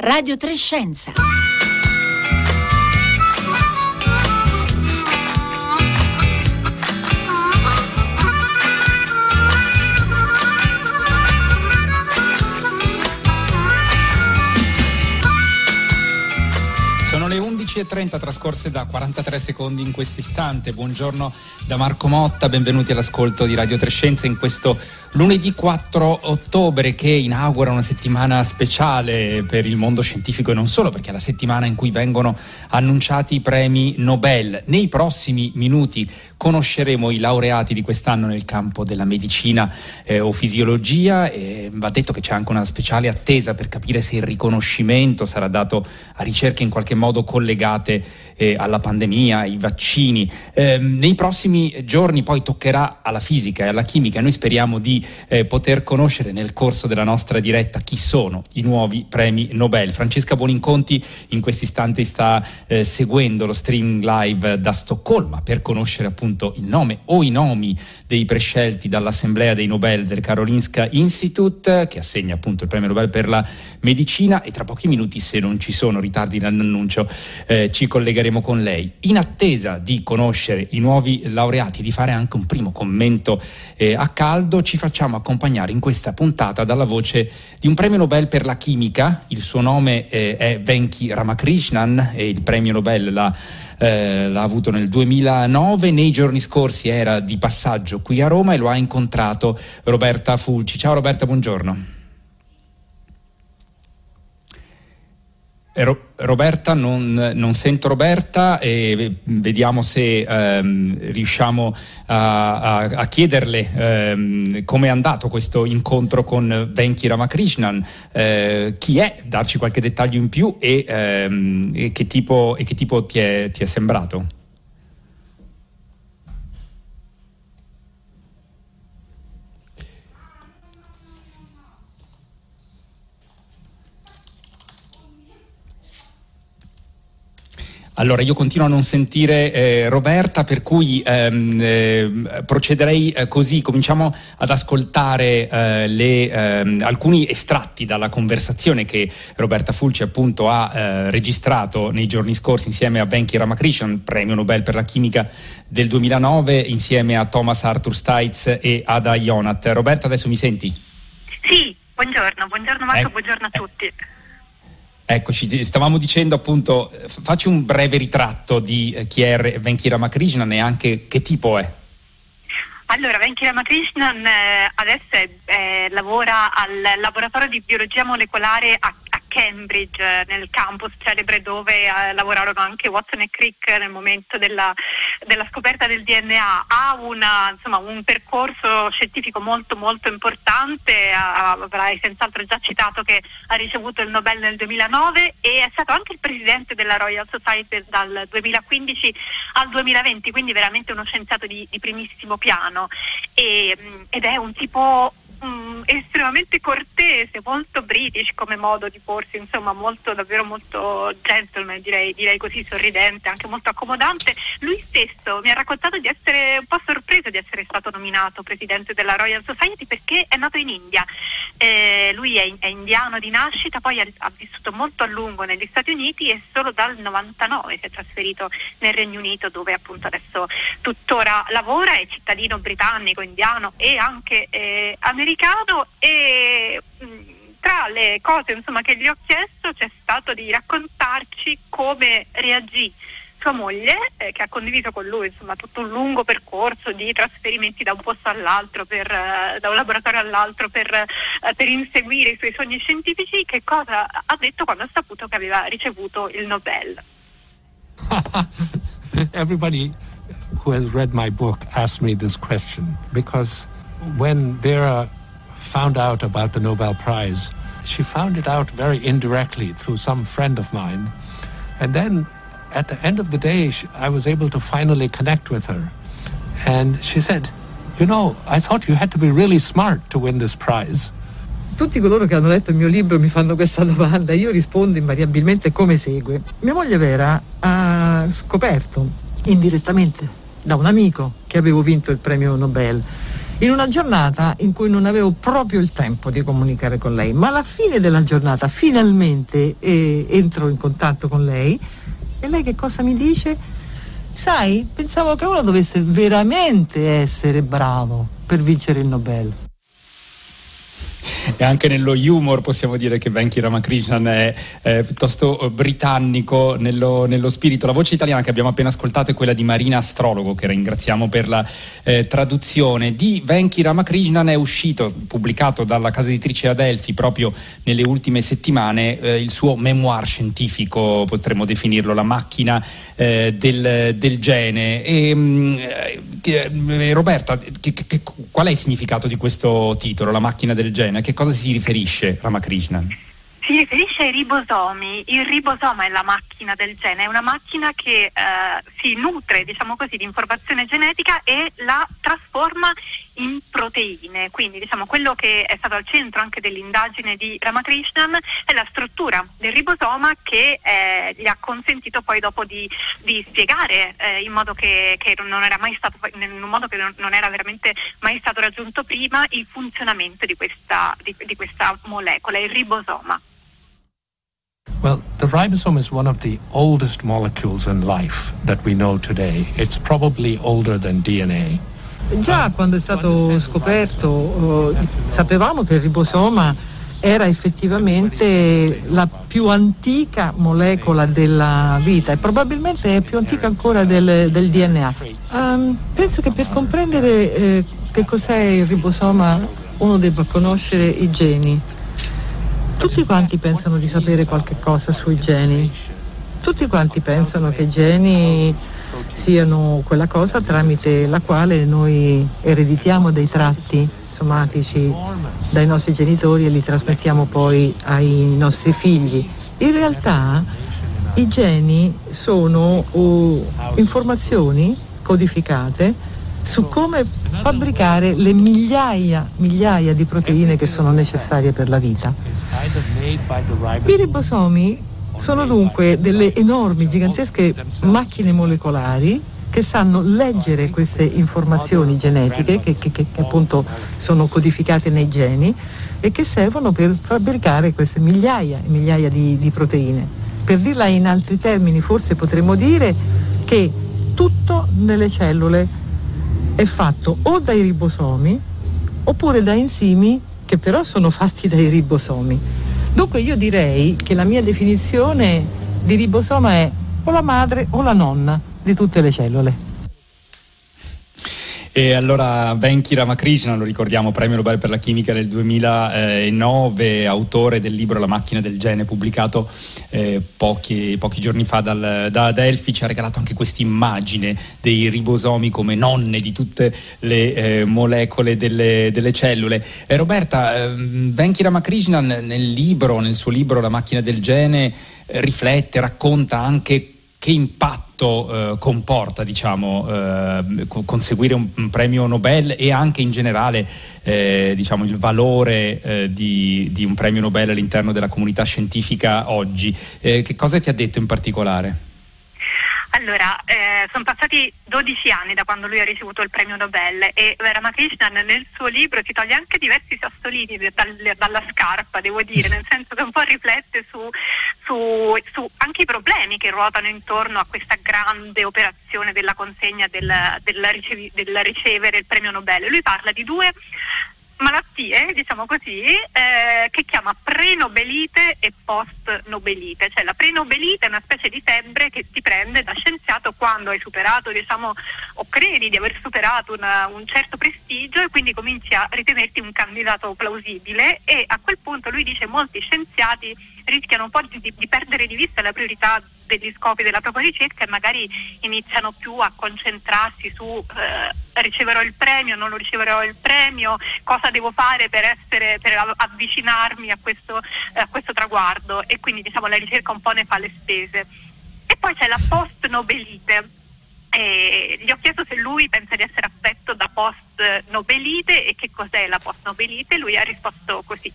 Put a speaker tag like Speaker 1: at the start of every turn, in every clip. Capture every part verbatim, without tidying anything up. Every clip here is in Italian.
Speaker 1: Radio tre Scienza.
Speaker 2: Sono le undici e trenta trascorse da quarantatré secondi in quest'istante. Buongiorno da Marco Motta, benvenuti all'ascolto di Radio tre Scienze in questo lunedì quattro ottobre che inaugura una settimana speciale per il mondo scientifico e non solo, perché è la settimana in cui vengono annunciati i premi Nobel. Nei prossimi minuti conosceremo i laureati di quest'anno nel campo della medicina eh, o fisiologia, e va detto che c'è anche una speciale attesa per capire se il riconoscimento sarà dato a ricerche in qualche modo collegate eh, alla pandemia, ai vaccini. Eh, nei prossimi giorni poi toccherà alla fisica e alla chimica, e noi speriamo di eh, poter conoscere nel corso della nostra diretta chi sono i nuovi premi Nobel. Francesca Boninconti in questo istante sta eh, seguendo lo streaming live da Stoccolma per conoscere appunto il nome o i nomi dei prescelti dall'Assemblea dei Nobel del Karolinska Institute, che assegna appunto il premio Nobel per la medicina, e tra pochi minuti, se non ci sono ritardi nell'annuncio, eh, ci collegheremo con lei. In attesa di conoscere i nuovi laureati e di fare anche un primo commento eh, a caldo, ci facciamo accompagnare in questa puntata dalla voce di un premio Nobel per la chimica. Il suo nome eh, è Venki Ramakrishnan e il premio Nobel l'ha, eh, l'ha avuto nel duemilanove. Nei giorni scorsi era di passaggio qui a Roma e lo ha incontrato Roberta Fulci. Ciao Roberta, buongiorno. Ro- Roberta, non, non sento Roberta, e vediamo se ehm, riusciamo a, a, a chiederle ehm, come è andato questo incontro con Venki Ramakrishnan, eh, chi è, darci qualche dettaglio in più e, ehm, e che tipo, e che tipo ti è, ti è sembrato? Allora, io continuo a non sentire eh, Roberta, per cui ehm, eh, procederei eh, così. Cominciamo ad ascoltare eh, le, ehm, alcuni estratti dalla conversazione che Roberta Fulci appunto ha eh, registrato nei giorni scorsi insieme a Venki Ramakrishnan, premio Nobel per la chimica del duemilanove, insieme a Thomas Arthur Stites e Ada Yonath. Roberta, adesso mi senti?
Speaker 3: Sì, buongiorno, buongiorno Marco,
Speaker 2: eh,
Speaker 3: buongiorno a tutti.
Speaker 2: Eh. Eccoci, stavamo dicendo appunto, facci un breve ritratto di chi è Venki Ramakrishnan e anche che tipo è.
Speaker 3: Allora, Venki Ramakrishnan eh, adesso è, eh, lavora al laboratorio di biologia molecolare a, a Cambridge, eh, nel campus celebre dove eh, lavorarono anche Watson e Crick nel momento della, della scoperta del D N A. Ha una, insomma, un percorso scientifico molto molto importante, ha, avrai senz'altro già citato che ha ricevuto il Nobel nel duemilanove e è stato anche il presidente della Royal Society dal duemilaquindici al duemilaventi, quindi veramente uno scienziato di, di primissimo piano, e, ed è un tipo Mm, estremamente cortese, molto british come modo di porsi, insomma molto, davvero molto gentleman, direi, direi così, sorridente, anche molto accomodante. Lui stesso mi ha raccontato di essere un po' sorpreso di essere stato nominato presidente della Royal Society perché è nato in India. Eh, lui è, è indiano di nascita, poi ha, ha vissuto molto a lungo negli Stati Uniti e solo dal novantanove si è trasferito nel Regno Unito, dove appunto adesso tuttora lavora. È cittadino britannico, indiano e anche eh, americano. E mh, tra le cose insomma che gli ho chiesto c'è stato di raccontarci come reagì sua moglie, eh, che ha condiviso con lui insomma tutto un lungo percorso di trasferimenti da un posto all'altro, per, uh, da un laboratorio all'altro per, uh, per inseguire i suoi sogni scientifici. Che cosa ha detto quando ha saputo che aveva ricevuto il Nobel?
Speaker 4: Everybody who has read my book asked me this question, because when Vera found out about the Nobel Prize, she found it out very indirectly through some friend of mine. And then at the end of the day, she, I was able to finally connect with her. And she said, you know, I thought you had to be really smart to win this prize.
Speaker 5: Tutti coloro che hanno letto il mio libro mi fanno questa domanda e io rispondo invariabilmente come segue. Mia moglie Vera ha scoperto indirettamente da un amico che avevo vinto il premio Nobel in una giornata in cui non avevo proprio il tempo di comunicare con lei, ma alla fine della giornata finalmente eh, entro in contatto con lei e lei che cosa mi dice? Sai, pensavo che uno dovesse veramente essere bravo per vincere il Nobel.
Speaker 2: E anche nello humor possiamo dire che Venki Ramakrishnan è eh, piuttosto britannico nello, nello spirito. La voce italiana che abbiamo appena ascoltato è quella di Marina Astrologo, che ringraziamo per la eh, traduzione. Di Venki Ramakrishnan è uscito, pubblicato dalla casa editrice Adelphi proprio nelle ultime settimane, eh, il suo memoir scientifico, potremmo definirlo, La macchina eh, del, del gene. E, mh, eh, Roberta, che, che, qual è il significato di questo titolo, La macchina del gene? Che cosa si riferisce Ramakrishnan?
Speaker 3: Si riferisce ai ribosomi. Il ribosoma è la macchina del gene, è una macchina che eh, si nutre, diciamo così, di informazione genetica e la trasforma in proteine. Quindi, diciamo, quello che è stato al centro anche dell'indagine di Ramakrishnan è la struttura del ribosoma che eh, gli ha consentito poi dopo di, di spiegare eh, in modo che, che non era mai stato, in un modo che non, non era veramente mai stato raggiunto prima, il funzionamento di questa, di, di questa molecola, il ribosoma.
Speaker 4: Well, the ribosome is one of the oldest molecules in life that we know today. It's probably older than D N A.
Speaker 5: Già quando è stato scoperto eh, sapevamo che il ribosoma era effettivamente la più antica molecola della vita e probabilmente è più antica ancora del, del D N A. Um, penso che per comprendere eh, che cos'è il ribosoma uno debba conoscere i geni. Tutti quanti pensano di sapere qualche cosa sui geni. Tutti quanti pensano che i geni siano quella cosa tramite la quale noi ereditiamo dei tratti somatici dai nostri genitori e li trasmettiamo poi ai nostri figli. In realtà i geni sono uh, informazioni codificate su come fabbricare le migliaia, migliaia di proteine che sono necessarie per la vita. I ribosomi sono dunque delle enormi, gigantesche macchine molecolari che sanno leggere queste informazioni genetiche che, che, che appunto sono codificate nei geni e che servono per fabbricare queste migliaia e migliaia di, di proteine. Per dirla in altri termini, forse potremmo dire che tutto nelle cellule è fatto o dai ribosomi oppure da enzimi che però sono fatti dai ribosomi. Dunque io direi che la mia definizione di ribosoma è o la madre o la nonna di tutte le cellule.
Speaker 2: E allora Venki Ramakrishnan, lo ricordiamo, premio Nobel per la chimica del duemilanove, autore del libro La macchina del gene, pubblicato eh, pochi, pochi giorni fa dal, da Adelphi, ci ha regalato anche questa immagine dei ribosomi come nonne di tutte le eh, molecole delle, delle cellule. Eh, Roberta, eh, Venki Ramakrishnan nel libro, nel suo libro La macchina del gene, eh, riflette, racconta anche che impatto eh, comporta, diciamo, eh, conseguire un, un premio Nobel e anche in generale eh, diciamo, il valore eh, di, di un premio Nobel all'interno della comunità scientifica oggi. Eh, che cosa ti ha detto in particolare?
Speaker 3: Allora, eh, sono passati dodici anni da quando lui ha ricevuto il premio Nobel e Ramakrishnan nel suo libro si toglie anche diversi sassolini dal, dalla scarpa, devo dire, nel senso che un po' riflette su, su, su anche i problemi che ruotano intorno a questa grande operazione della consegna del, della ricevi, del ricevere il premio Nobel. Lui parla di due malattie, diciamo così, eh, che chiama prenobelite e postnobelite. Cioè la prenobelite è una specie di febbre che ti prende da scienziato quando hai superato, diciamo, o credi di aver superato una, un certo prestigio e quindi cominci a ritenerti un candidato plausibile e a quel punto lui dice molti scienziati rischiano un po' di, di perdere di vista la priorità degli scopi della propria ricerca e magari iniziano più a concentrarsi su eh, riceverò il premio, non lo riceverò il premio, cosa devo fare per essere per avvicinarmi a questo, eh, a questo traguardo e quindi diciamo la ricerca un po' ne fa le spese. E poi c'è la post-nobelite. E gli ho chiesto se lui pensa di essere affetto da post-nobelite e che cos'è la post-nobelite. Lui ha risposto così.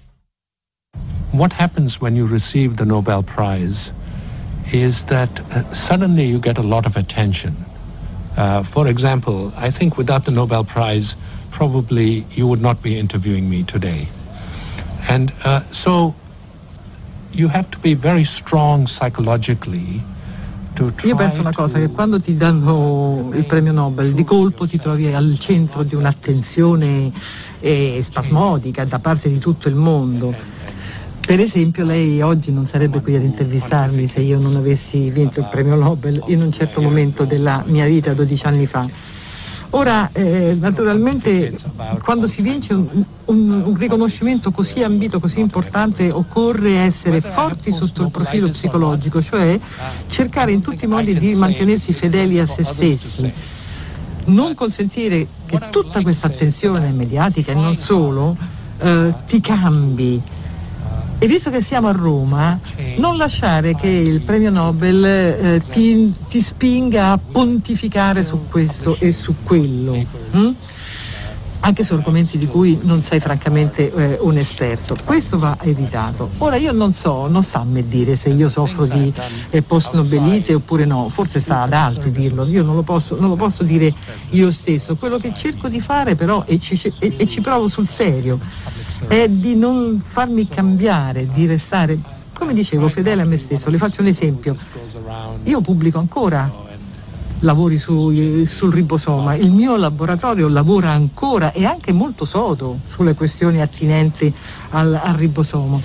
Speaker 4: What happens when you receive the Nobel Prize is that uh, suddenly you get a lot of attention. Uh, for example, I think without the Nobel Prize, probably you would not be interviewing me today. And uh, so you have to be very strong psychologically.
Speaker 5: Io penso una cosa, che quando ti danno il premio Nobel di colpo ti trovi al centro di un'attenzione eh, spasmodica da parte di tutto il mondo. Per esempio lei oggi non sarebbe qui ad intervistarmi se io non avessi vinto il premio Nobel in un certo momento della mia vita, dodici anni fa. Ora, eh, naturalmente, quando si vince un, un, un riconoscimento così ambito, così importante, occorre essere forti sotto il profilo psicologico, cioè cercare in tutti i modi di mantenersi fedeli a se stessi, non consentire che tutta questa attenzione mediatica e non solo eh, ti cambi. E visto che siamo a Roma, non lasciare che il premio Nobel eh, ti, ti spinga a pontificare su questo e su quello, hm? anche su argomenti di cui non sei francamente eh, un esperto. Questo va evitato. Ora io non so, non sta a me dire se io soffro di eh, post-nobelite oppure no, forse sta ad altri dirlo, io non lo posso, non lo posso dire io stesso. Quello che cerco di fare però, e ci, e, e ci provo sul serio, è di non farmi cambiare, di restare, come dicevo, fedele a me stesso. Le faccio un esempio. Io pubblico ancora lavori su, sul ribosoma, il mio laboratorio lavora ancora e anche molto sodo sulle questioni attinenti al, al ribosoma.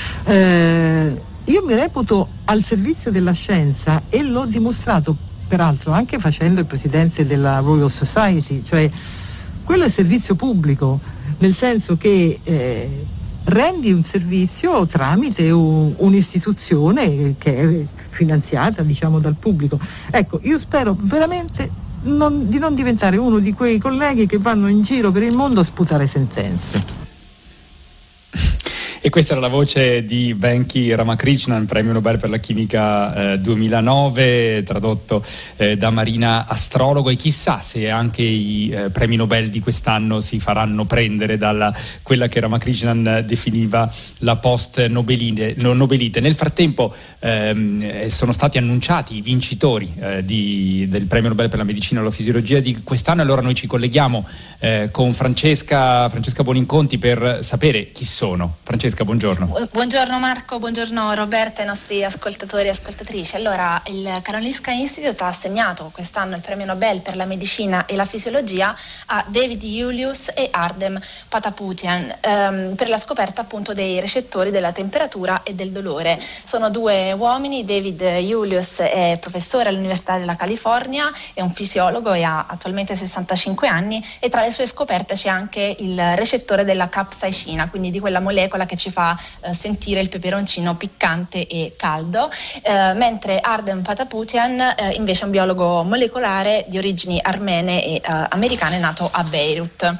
Speaker 5: Eh, io mi reputo al servizio della scienza e l'ho dimostrato peraltro anche facendo il presidente della Royal Society, cioè quello è servizio pubblico, nel senso che eh, rendi un servizio tramite un, un'istituzione che è finanziata, diciamo, dal pubblico. Ecco, io spero veramente non, di non diventare uno di quei colleghi che vanno in giro per il mondo a sputare sentenze.
Speaker 2: E questa era la voce di Venki Ramakrishnan, premio Nobel per la chimica eh, duemilanove, tradotto eh, da Marina Astrologo, e chissà se anche i eh, premi Nobel di quest'anno si faranno prendere dalla quella che Ramakrishnan definiva la post-nobelite. Nobelite. Nel frattempo ehm, sono stati annunciati i vincitori eh, di, del premio Nobel per la medicina e la fisiologia di quest'anno, e allora noi ci colleghiamo eh, con Francesca, Francesca Buoninconti per sapere chi sono. Francesca, buongiorno.
Speaker 1: Buongiorno Marco, buongiorno Roberta e ai nostri ascoltatori e ascoltatrici. Allora, il Karolinska Institute ha assegnato quest'anno il premio Nobel per la medicina e la fisiologia a David Julius e Ardem Pataputian ehm, per la scoperta appunto dei recettori della temperatura e del dolore. Sono due uomini. David Julius è professore all'Università della California, è un fisiologo e ha attualmente sessantacinque anni, e tra le sue scoperte c'è anche il recettore della capsaicina, quindi di quella molecola che ci fa eh, sentire il peperoncino piccante e caldo, eh, mentre Ardem Pataputian eh, invece è un biologo molecolare di origini armene e eh, americane, nato a Beirut.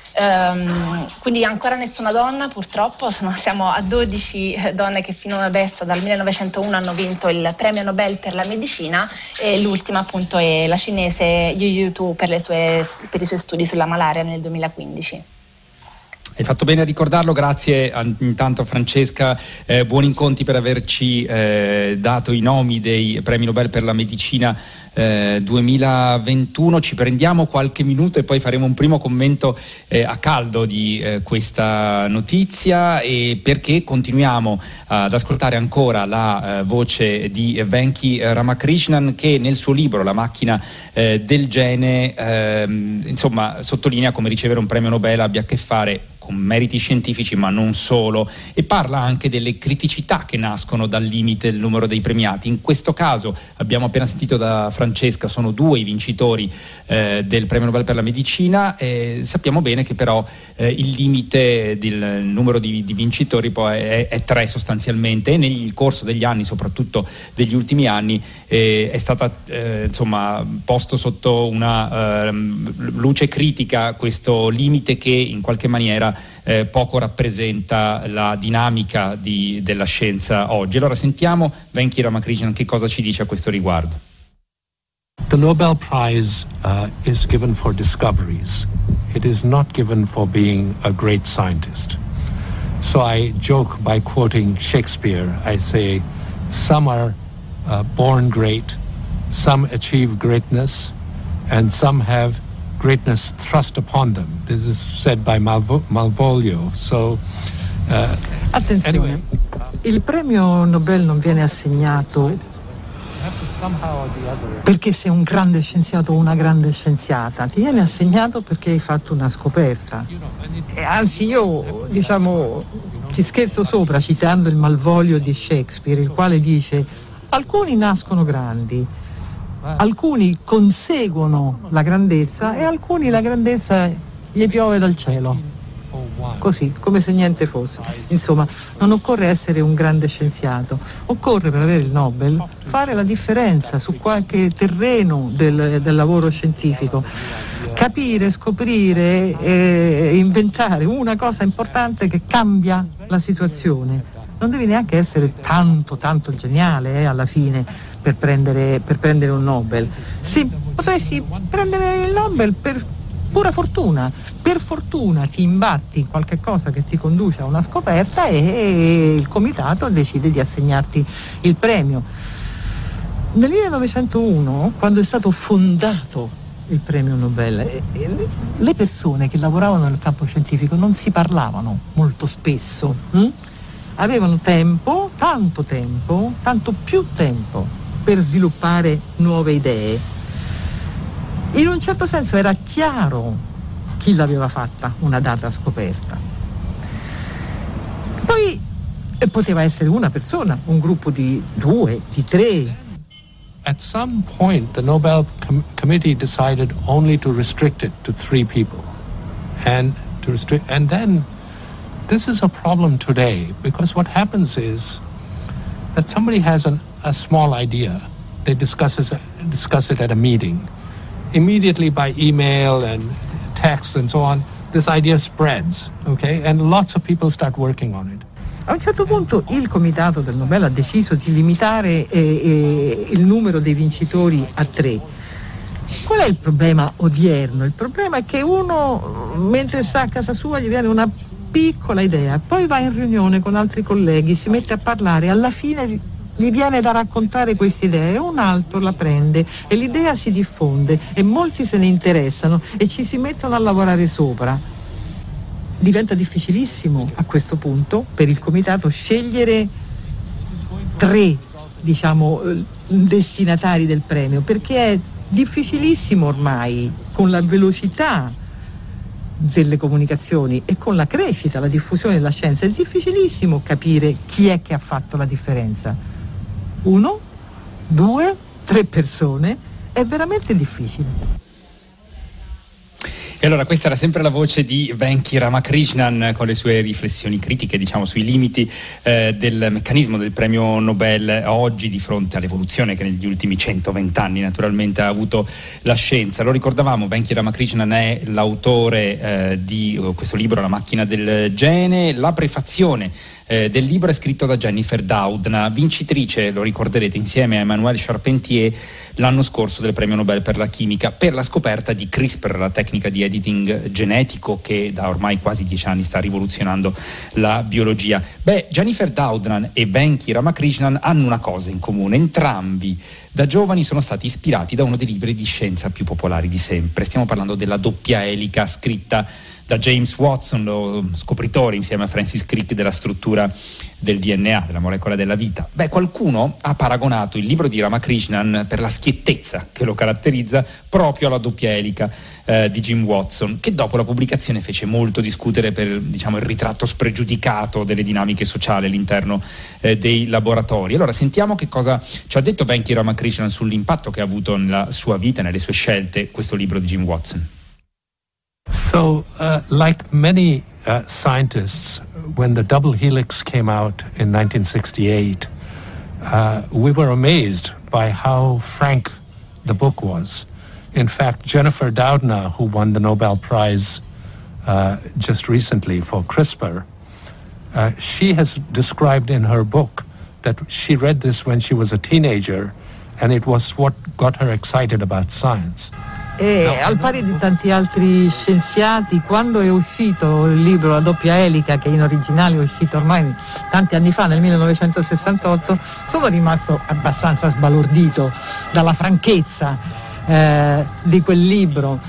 Speaker 1: Um, quindi ancora nessuna donna, purtroppo. Sono, siamo a dodici donne che fino adesso dal millenovecentouno hanno vinto il premio Nobel per la medicina, e l'ultima appunto è la cinese Yu Yu Tu per, le sue, per i suoi studi sulla malaria nel duemilaquindici.
Speaker 2: Hai fatto bene a ricordarlo, grazie a, intanto a Francesca eh, Buoninconti per averci eh, dato i nomi dei premi Nobel per la medicina eh, duemilaventuno. Ci prendiamo qualche minuto e poi faremo un primo commento eh, a caldo di eh, questa notizia, e perché continuiamo ad ascoltare ancora la eh, voce di Venki Ramakrishnan, che nel suo libro La macchina eh, del gene eh, insomma sottolinea come ricevere un premio Nobel abbia a che fare con meriti scientifici, ma non solo, e parla anche delle criticità che nascono dal limite del numero dei premiati. In questo caso, abbiamo appena sentito da Francesca, sono due i vincitori eh, del premio Nobel per la medicina, e sappiamo bene che però eh, il limite del numero di, di vincitori poi è, è tre sostanzialmente, e nel corso degli anni, soprattutto degli ultimi anni, eh, è stata eh, insomma posto sotto una eh, luce critica questo limite che in qualche maniera Eh, poco rappresenta la dinamica di, della scienza oggi. Allora sentiamo Venki Ramakrishnan che cosa ci dice a questo riguardo.
Speaker 4: The Nobel Prize uh, is given for discoveries. It is not given for being a great scientist. So I joke by quoting Shakespeare. I say some are uh, born great, some achieve greatness, and some have greatness thrust upon them. This is said by Malvo- Malvolio. So, uh,
Speaker 5: attenzione,
Speaker 4: anyway,
Speaker 5: il premio Nobel non viene assegnato perché sei un grande scienziato o una grande scienziata, ti viene assegnato perché hai fatto una scoperta. E anzi, io diciamo ci scherzo sopra citando il Malvolio di Shakespeare, il quale dice: alcuni nascono grandi, alcuni conseguono la grandezza e alcuni la grandezza gli piove dal cielo. Così, come se niente fosse. Insomma, non occorre essere un grande scienziato, occorre, per avere il Nobel, fare la differenza su qualche terreno del, del lavoro scientifico, capire, scoprire e inventare una cosa importante che cambia la situazione. Non devi neanche essere tanto, tanto geniale eh, alla fine per prendere, per prendere un Nobel. Sì, potresti prendere il Nobel per pura fortuna, per fortuna ti imbatti in qualche cosa che ti conduce a una scoperta e il comitato decide di assegnarti il premio. Nel millenovecentouno, quando è stato fondato il premio Nobel, le persone che lavoravano nel campo scientifico non si parlavano molto spesso, hm? Avevano tempo, tanto tempo, tanto più tempo per sviluppare nuove idee. In un certo senso era chiaro chi l'aveva fatta una data scoperta. Poi eh, poteva essere una persona, un gruppo di due, di tre.
Speaker 4: At some point, the Nobel com- Committee decided only to restrict it to three people, and to restrict, and then this is a problem today because what happens is that somebody has an, a small idea, they discuss it, discuss it at a meeting. Immediately by email and text and so on, this idea spreads, okay? And lots of people start working on it.
Speaker 5: A un certo punto il comitato del Nobel ha deciso di limitare eh, eh, il numero dei vincitori a tre. Qual è il problema odierno? Il problema è che uno, mentre sta a casa sua, gli viene una piccola idea, poi va in riunione con altri colleghi, si mette a parlare, alla fine gli viene da raccontare questa idea e un altro la prende e l'idea si diffonde e molti se ne interessano e ci si mettono a lavorare sopra. Diventa difficilissimo a questo punto per il comitato scegliere tre, diciamo, destinatari del premio, perché è difficilissimo ormai, con la velocità delle comunicazioni e con la crescita, la diffusione della scienza, è difficilissimo capire chi è che ha fatto la differenza. Uno, due, tre persone, è veramente difficile.
Speaker 2: E allora questa era sempre la voce di Venki Ramakrishnan con le sue riflessioni critiche, diciamo, sui limiti eh, del meccanismo del premio Nobel oggi di fronte all'evoluzione che negli ultimi centoventi anni naturalmente ha avuto la scienza. Lo ricordavamo, Venki Ramakrishnan è l'autore eh, di questo libro La macchina del gene. La prefazione Eh, del libro è scritto da Jennifer Doudna, vincitrice, lo ricorderete, insieme a Emmanuel Charpentier l'anno scorso del premio Nobel per la chimica per la scoperta di CRISPR, la tecnica di editing genetico che da ormai quasi dieci anni sta rivoluzionando la biologia. Beh, Jennifer Doudna e Venki Ramakrishnan hanno una cosa in comune: entrambi da giovani sono stati ispirati da uno dei libri di scienza più popolari di sempre. Stiamo parlando della doppia elica, scritta da James Watson, lo scopritore insieme a Francis Crick della struttura del D N A, della molecola della vita. Beh, qualcuno ha paragonato il libro di Ramakrishnan per la schiettezza che lo caratterizza proprio alla doppia elica eh, di Jim Watson, che dopo la pubblicazione fece molto discutere per, diciamo, il ritratto spregiudicato delle dinamiche sociali all'interno eh, dei laboratori. Allora sentiamo che cosa ci ha detto Venki Ramakrishnan sull'impatto che ha avuto nella sua vita, nelle sue scelte, questo libro di Jim Watson.
Speaker 4: So, uh, like many uh, scientists, when the double helix came out in nineteen sixty-eight, uh, we were amazed by how frank the book was. In fact, Jennifer Doudna, who won the Nobel Prize uh, just recently for CRISPR, uh, she has described in her book that she read this when she was a teenager, and it was what got her excited about science.
Speaker 5: E al pari di tanti altri scienziati, quando è uscito il libro La doppia elica, che in originale è uscito ormai tanti anni fa, nel millenovecentosessantotto, sono rimasto abbastanza sbalordito dalla franchezza eh, di quel libro.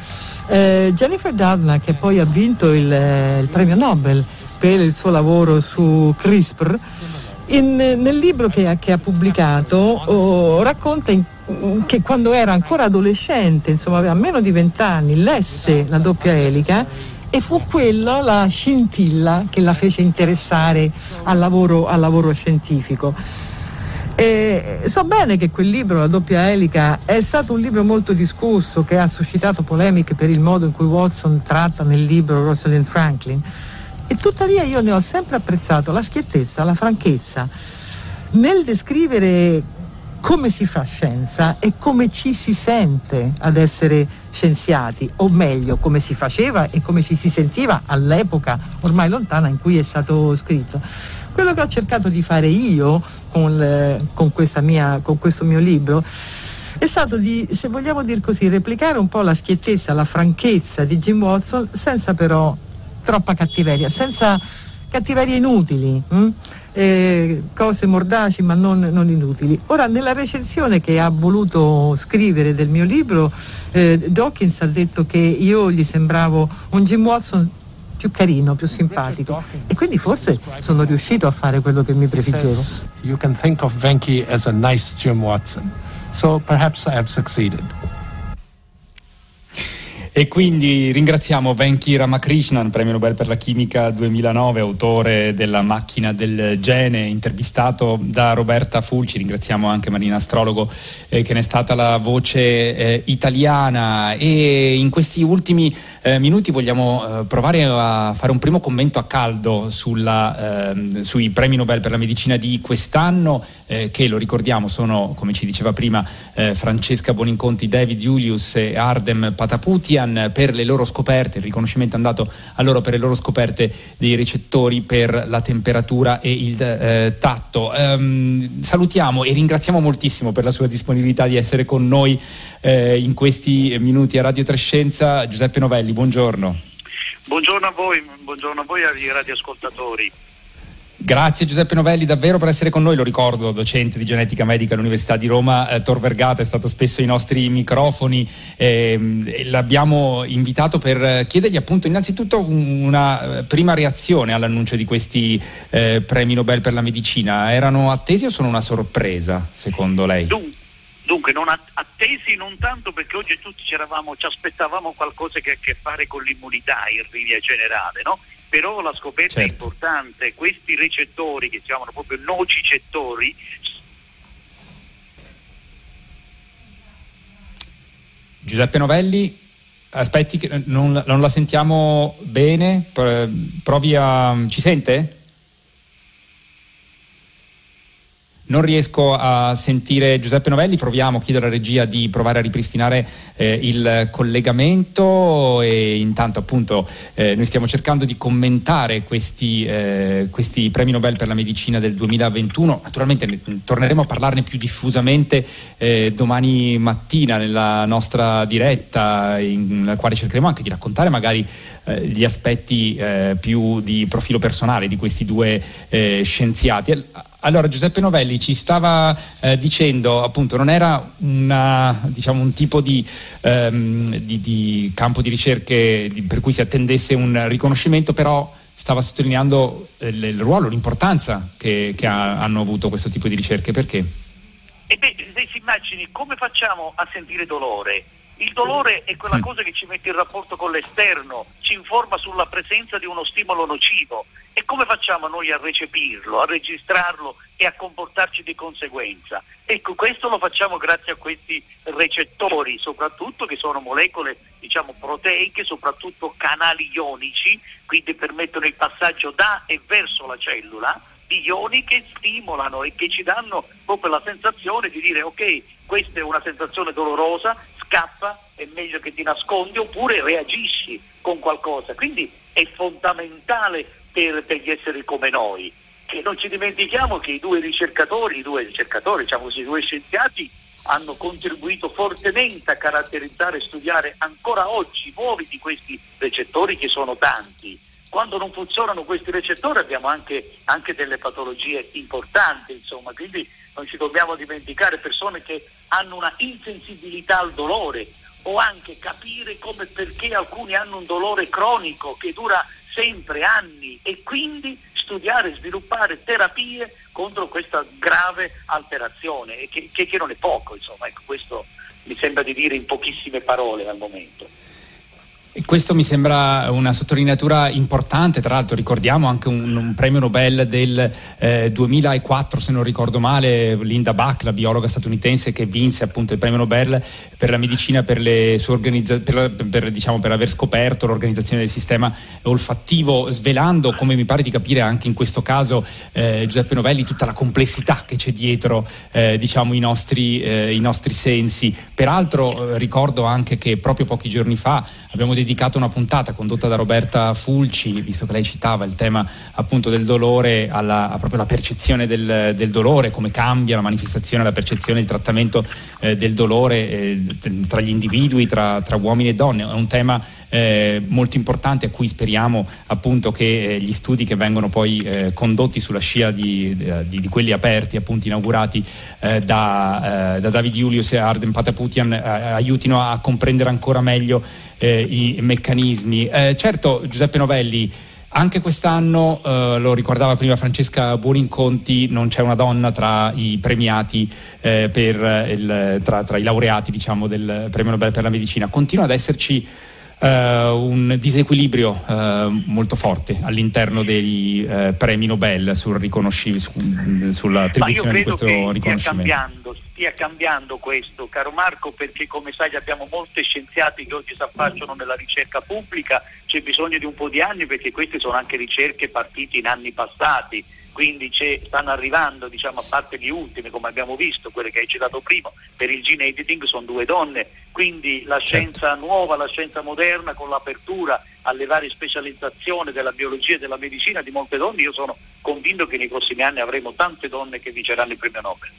Speaker 5: Eh, Jennifer Doudna, che poi ha vinto il, il premio Nobel per il suo lavoro su CRISPR, in, nel libro che ha, che ha pubblicato oh, racconta in, che quando era ancora adolescente, insomma aveva meno di vent'anni, lesse la doppia elica e fu quella la scintilla che la fece interessare al lavoro, al lavoro scientifico. E so bene che quel libro, La doppia elica, è stato un libro molto discusso, che ha suscitato polemiche per il modo in cui Watson tratta nel libro Rosalind Franklin, e tuttavia io ne ho sempre apprezzato la schiettezza, la franchezza nel descrivere come si fa scienza e come ci si sente ad essere scienziati, o meglio come si faceva e come ci si sentiva all'epoca ormai lontana in cui è stato scritto. Quello che ho cercato di fare io con, le, con, questa mia, con questo mio libro è stato di, se vogliamo dir così, replicare un po' la schiettezza, la franchezza di Jim Watson, senza però troppa cattiveria, senza cattiverie inutili, hm? eh, cose mordaci ma non, non inutili. Ora, nella recensione che ha voluto scrivere del mio libro, eh, Dawkins ha detto che io gli sembravo un Jim Watson più carino, più simpatico, e quindi forse sono riuscito a fare quello che mi prefiggevo.
Speaker 4: You can think of Venki as a nice Jim Watson, so perhaps I have succeeded.
Speaker 2: E quindi ringraziamo Venki Ramakrishnan, premio Nobel per la chimica duemilanove, autore della Macchina del gene, intervistato da Roberta Fulci. Ringraziamo anche Marina Astrologo, eh, che ne è stata la voce eh, italiana. E in questi ultimi eh, minuti vogliamo eh, provare a fare un primo commento a caldo sulla, eh, sui premi Nobel per la medicina di quest'anno, eh, che, lo ricordiamo, sono, come ci diceva prima eh, Francesca Boninconti, David Julius e Ardem Pataputian, per le loro scoperte. Il riconoscimento è andato a loro per le loro scoperte dei recettori per la temperatura e il eh, tatto. Um, salutiamo e ringraziamo moltissimo per la sua disponibilità di essere con noi eh, in questi minuti a Radio Trescenza Giuseppe Novelli. Buongiorno.
Speaker 6: Buongiorno a voi, buongiorno a voi ai radioascoltatori.
Speaker 2: Grazie Giuseppe Novelli davvero per essere con noi, lo ricordo, docente di genetica medica all'Università di Roma eh, Tor Vergata, è stato spesso ai nostri microfoni, eh, l'abbiamo invitato per chiedergli appunto innanzitutto una prima reazione all'annuncio di questi eh, premi Nobel per la medicina. Erano attesi o sono una sorpresa secondo lei?
Speaker 6: Dun- Dunque, non attesi non tanto, perché oggi tutti ci eravamo, ci aspettavamo qualcosa che ha a che fare con l'immunità in linea generale, no? Però la scoperta certo. è importante, questi recettori che si chiamano proprio nocicettori.
Speaker 2: Giuseppe Novelli, aspetti che non, non la sentiamo bene, provi a... ci sente? Non riesco a sentire Giuseppe Novelli, proviamo, chiedo alla regia di provare a ripristinare eh, il collegamento, e intanto appunto eh, noi stiamo cercando di commentare questi, eh, questi premi Nobel per la medicina del duemilaventuno. Naturalmente ne, torneremo a parlarne più diffusamente eh, domani mattina nella nostra diretta, in la quale cercheremo anche di raccontare magari eh, gli aspetti eh, più di profilo personale di questi due eh, scienziati. Allora, Giuseppe Novelli ci stava eh, dicendo, appunto, non era una, diciamo, un tipo di, ehm, di, di campo di ricerche di, per cui si attendesse un riconoscimento, però stava sottolineando il, il ruolo, l'importanza che, che ha, hanno avuto questo tipo di ricerche. Perché?
Speaker 6: E beh, se si immagini, come facciamo a sentire dolore? Il dolore è quella cosa che ci mette in rapporto con l'esterno, ci informa sulla presenza di uno stimolo nocivo. E come facciamo noi a recepirlo, a registrarlo e a comportarci di conseguenza? Ecco, questo lo facciamo grazie a questi recettori, soprattutto, che sono molecole, diciamo, proteiche, soprattutto canali ionici, quindi permettono il passaggio da e verso la cellula, di ioni che stimolano e che ci danno proprio la sensazione di dire: ok, questa è una sensazione dolorosa, scappa, è meglio che ti nascondi, oppure reagisci con qualcosa. Quindi è fondamentale per, per gli esseri come noi, che non ci dimentichiamo che i due ricercatori, i due ricercatori, diciamo così, i due scienziati hanno contribuito fortemente a caratterizzare e studiare ancora oggi nuovi di questi recettori, che sono tanti. Quando non funzionano questi recettori abbiamo anche, anche delle patologie importanti, insomma, quindi non ci dobbiamo dimenticare persone che hanno una insensibilità al dolore, o anche capire come perché alcuni hanno un dolore cronico che dura sempre anni e quindi studiare e sviluppare terapie contro questa grave alterazione e che, che, che non è poco, insomma, ecco, questo mi sembra di dire in pochissime parole al momento.
Speaker 2: E questo mi sembra una sottolineatura importante, tra l'altro ricordiamo anche un, un premio Nobel del eh, duemilaquattro, se non ricordo male, Linda Buck, la biologa statunitense che vinse appunto il premio Nobel per la medicina per, le sue organizza- per, per, diciamo, per aver scoperto l'organizzazione del sistema olfattivo, svelando, come mi pare di capire anche in questo caso eh, Giuseppe Novelli, tutta la complessità che c'è dietro eh, diciamo i nostri, eh, i nostri sensi. Peraltro eh, ricordo anche che proprio pochi giorni fa abbiamo dedicato una puntata condotta da Roberta Fulci, visto che lei citava il tema appunto del dolore, alla, a proprio la percezione del, del dolore, come cambia la manifestazione, la percezione, il trattamento eh, del dolore eh, tra gli individui, tra, tra uomini e donne. È un tema eh, molto importante a cui speriamo appunto che eh, gli studi che vengono poi eh, condotti sulla scia di, di, di quelli aperti, appunto inaugurati eh, da, eh, da David Julius e Arden Pataputian, eh, aiutino a comprendere ancora meglio eh, i meccanismi. Eh, certo, Giuseppe Novelli, anche quest'anno, eh, lo ricordava prima Francesca Buoninconti, non c'è una donna tra i premiati, eh, per il, tra, tra i laureati diciamo del premio Nobel per la medicina. Continua ad esserci eh, un disequilibrio eh, molto forte all'interno dei eh, premi Nobel sul riconosci- su, sull'attribuzione di questo riconoscimento.
Speaker 6: Stia cambiando, stia cambiando questo, caro Marco, perché come sai abbiamo molti scienziati che oggi si affacciano nella ricerca pubblica, c'è bisogno di un po' di anni perché queste sono anche ricerche partite in anni passati, quindi c'è, stanno arrivando, diciamo, a parte le ultime come abbiamo visto, quelle che hai citato prima, per il gene editing sono due donne, quindi la scienza certo. nuova, la scienza moderna con l'apertura alle varie specializzazioni della biologia e della medicina di molte donne, io sono convinto che nei prossimi anni avremo tante donne che vinceranno il premio Nobel.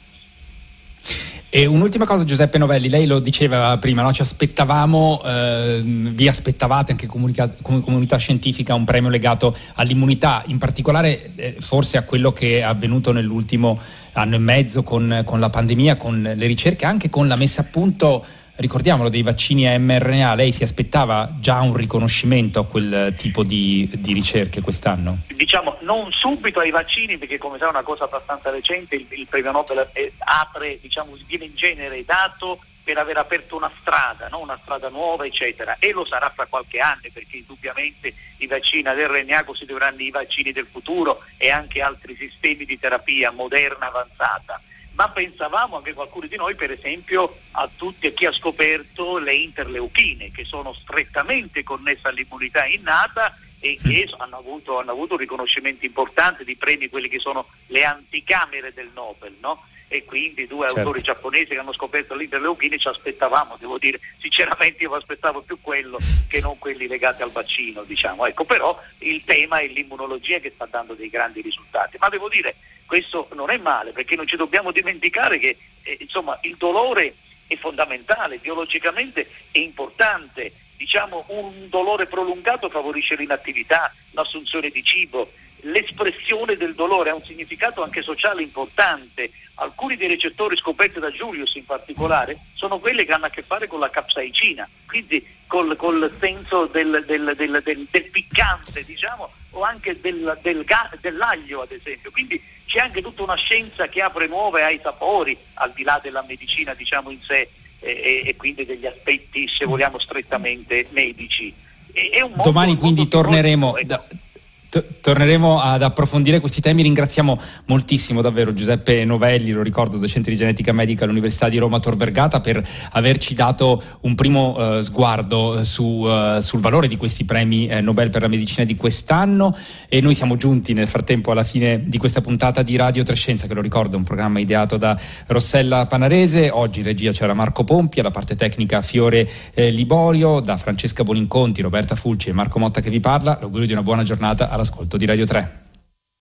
Speaker 2: E un'ultima cosa, Giuseppe Novelli, lei lo diceva prima, no? Ci aspettavamo, eh, vi aspettavate anche comunica- come comunità scientifica un premio legato all'immunità, in particolare eh, forse a quello che è avvenuto nell'ultimo anno e mezzo con, con la pandemia, con le ricerche, anche con la messa a punto, ricordiamolo, dei vaccini a mRNA. Lei si aspettava già un riconoscimento a quel tipo di, di ricerche quest'anno?
Speaker 6: Diciamo non subito ai vaccini, perché come sai è una cosa abbastanza recente, il, il premio Nobel è, apre, diciamo, viene in genere dato per aver aperto una strada, no? Una strada nuova eccetera, e lo sarà fra qualche anno perché indubbiamente i vaccini ad erre enne a costituiranno i vaccini del futuro e anche altri sistemi di terapia moderna avanzata. Ma pensavamo anche qualcuno di noi, per esempio, a tutti a chi ha scoperto le interleuchine, che sono strettamente connesse all'immunità innata e che hanno avuto, hanno avuto riconoscimenti importanti di premi, quelli che sono le anticamere del Nobel, no? E quindi due certo. autori giapponesi che hanno scoperto le interleuchine ci aspettavamo, devo dire, sinceramente io mi aspettavo più quello che non quelli legati al vaccino, diciamo. Ecco, però il tema è l'immunologia che sta dando dei grandi risultati, ma devo dire questo non è male, perché non ci dobbiamo dimenticare che eh, insomma il dolore è fondamentale, biologicamente è importante, diciamo un dolore prolungato favorisce l'inattività, l'assunzione di cibo, l'espressione del dolore ha un significato anche sociale importante. Alcuni dei recettori scoperti da Julius in particolare sono quelli che hanno a che fare con la capsaicina, quindi col, col senso del, del, del, del, del piccante, diciamo, o anche del, del ga, dell'aglio ad esempio, quindi c'è anche tutta una scienza che apre nuove ai sapori, al di là della medicina, diciamo, in sé, e, e quindi degli aspetti, se vogliamo, strettamente medici. E, è un mondo,
Speaker 2: Domani
Speaker 6: un
Speaker 2: quindi
Speaker 6: mondo
Speaker 2: torneremo
Speaker 6: ecco.
Speaker 2: da... Torneremo ad approfondire questi temi. Ringraziamo moltissimo davvero Giuseppe Novelli, lo ricordo, docente di genetica medica all'Università di Roma Tor Vergata, per averci dato un primo uh, sguardo su, uh, sul valore di questi premi eh, Nobel per la medicina di quest'anno. E noi siamo giunti nel frattempo alla fine di questa puntata di Radio Trescenza, che lo ricordo è un programma ideato da Rossella Panarese. Oggi in regia c'era Marco Pompi, alla parte tecnica Fiore eh, Liborio, da Francesca Buoninconti, Roberta Fulci e Marco Motta che vi parla. L'augurio di una buona giornata all'ascolto di Radio tre.